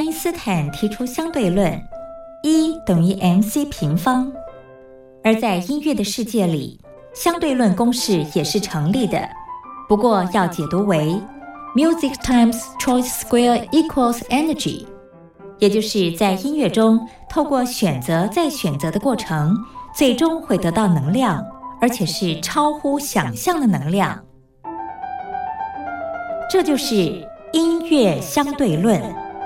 因斯坦提出相对论，E等于 mc 平方。而在音乐的世界里，相对论公式也是成立的，不过要解读为 music times choice square equals energy， 也就是在音乐中透过选择再选择的过程，最终会得到能量，而且是超乎想象的能量。这就是音乐相对论。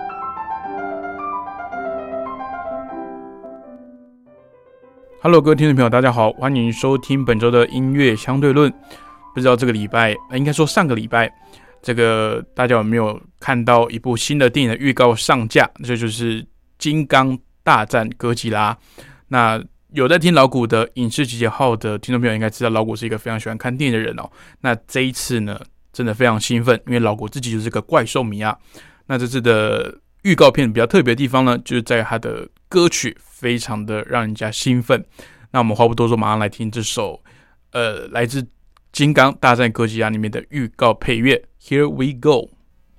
Hello， 各位听众朋友，大家好，欢迎收听本周的音乐相对论。不知道这个礼拜，应该说上个礼拜，这个大家有没有看到一部新的电影的预告上架？这就是《金刚大战哥吉拉》。那有在听老谷的影视集结号的听众朋友应该知道，老谷是一个非常喜欢看电影的人哦。那这一次呢，真的非常兴奋，因为老谷自己就是个怪兽迷啊。那这次的预告片比较特别的地方呢，就是在他的歌曲非常的让人家兴奋。那我们话不多说，马上来听这首来自《金刚大战哥吉拉》里面的预告配乐 Here we go。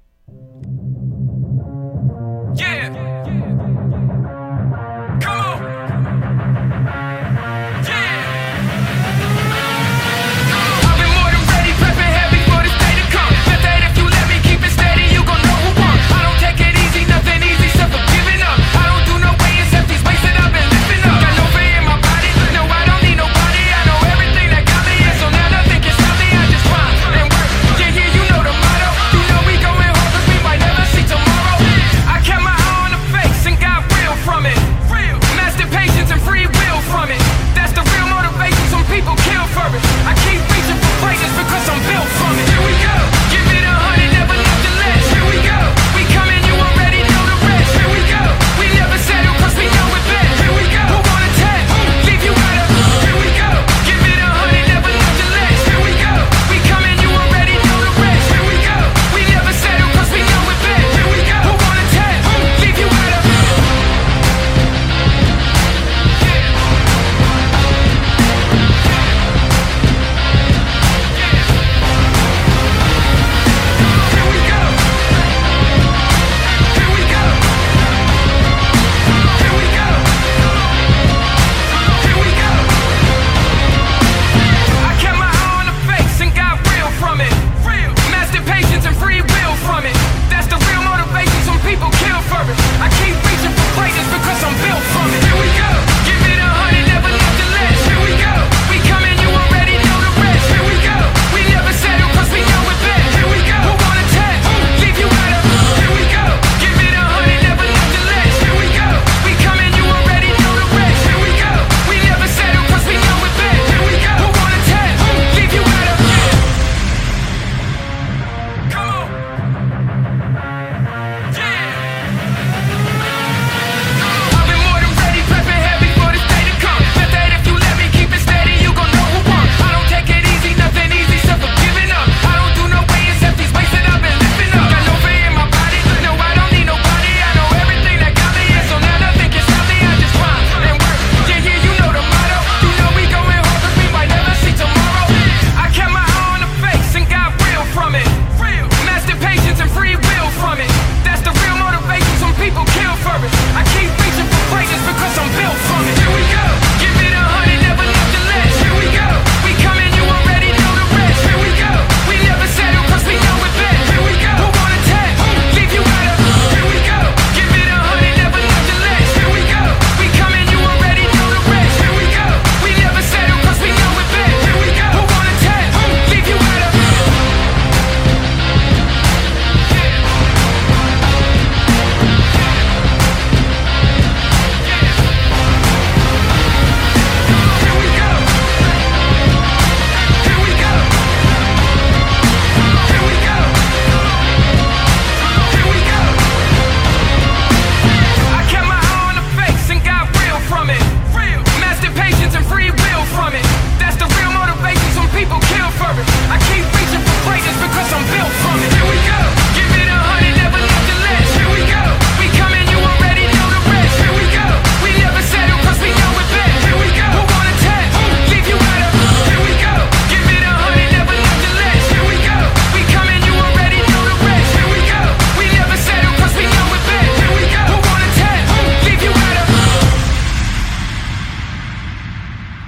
Yeah. Come on. Yeah. I've been more than ready, prepping heavy for this day to come. Bet that if you let me keep it steady, you gon' know who won. I don't take it easy, nothing easy, except for giving up. I don't do no way except these weights that I've been lifting up. Got no fear in my body, no, I don't need nobody. I know everything that got me, and so now nothing can stop me. I just grind and work. Yeah, you know the motto. You know we going hard, 'cause we might never see tomorrow. I kept my eye on the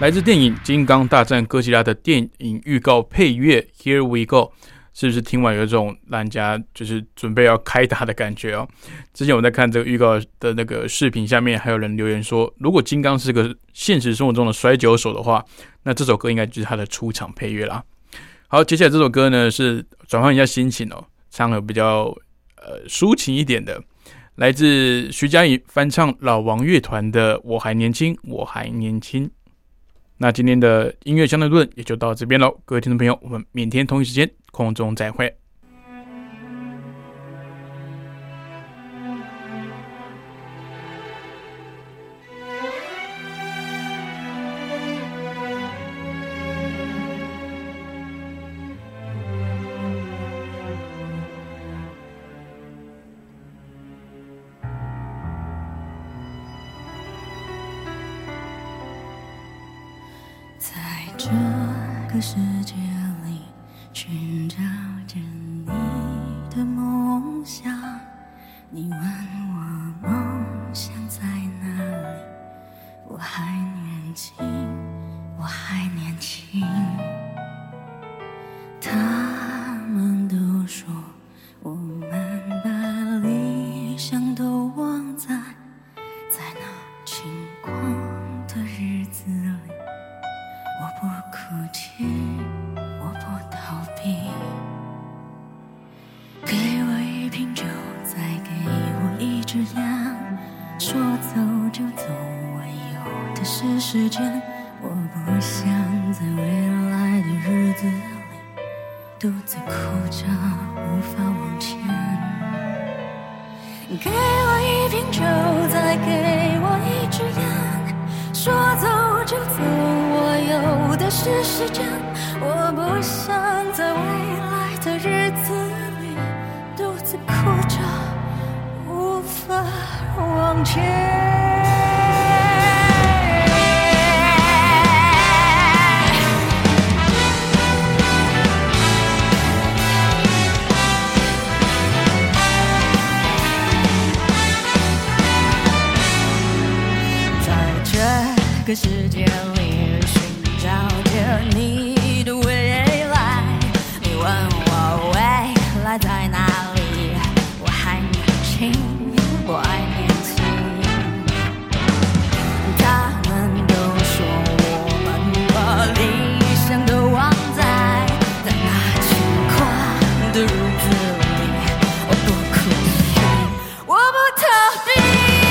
来自电影《金刚大战哥吉拉》的电影预告配乐 Here We Go， 是不是听完有一种让人家就是准备要开打的感觉哦？之前我在看这个预告的那个视频，下面还有人留言说，如果金刚是个现实生活中的摔跤手的话，那这首歌应该就是他的出场配乐啦。好，接下来这首歌呢是转换一下心情哦，唱了比较抒情一点的，来自徐佳莹翻唱老王乐团的《我还年轻，我还年轻》。那今天的音乐相对论也就到这边咯，各位听众朋友，我们明天同一时间空中再会。 在这个世界里寻找着你的梦想，你问我梦想在哪里，我还年轻，我还年轻。他们都说我们把理想都忘在那轻狂的日子里，我不哭泣，我不逃避。给我一瓶酒，再给我一支烟，说走就走，我有的是时间。我不想在未来的日子里独自哭着无法往前。给我一瓶酒，再给我一支烟，说走就走，我有的是时间。我不想在未来的日子里独自哭着无法往前。这个世界里寻找着你的未来，你问我未来在哪里，我还年轻，我还年轻。他们都说我们把理想都忘在那轻狂的日子里，我不哭泣，我不逃避。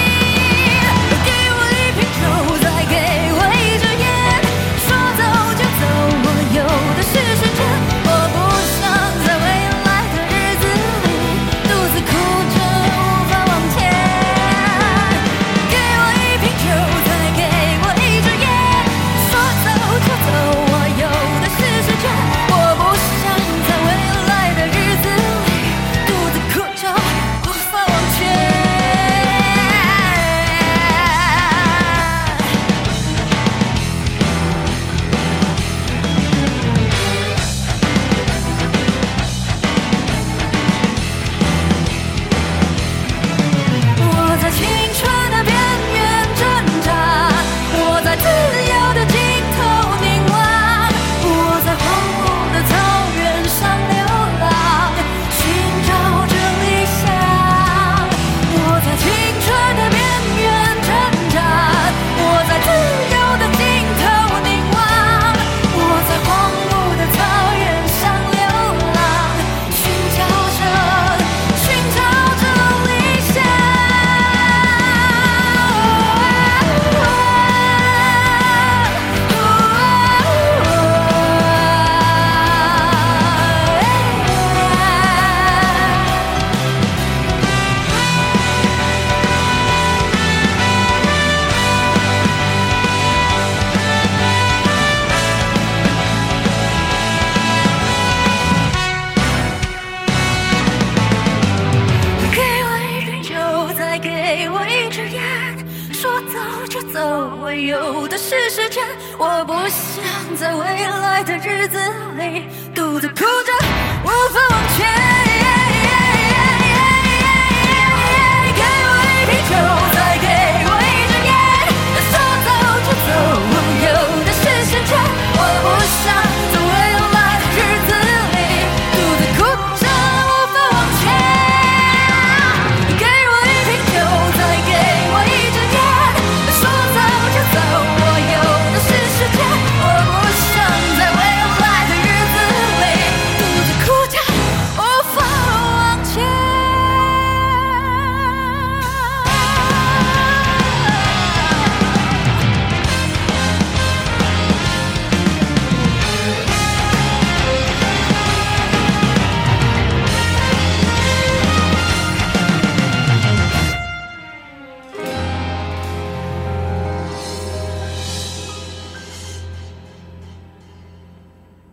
有的是时间，我不想在未来的日子里独自哭着无法往前。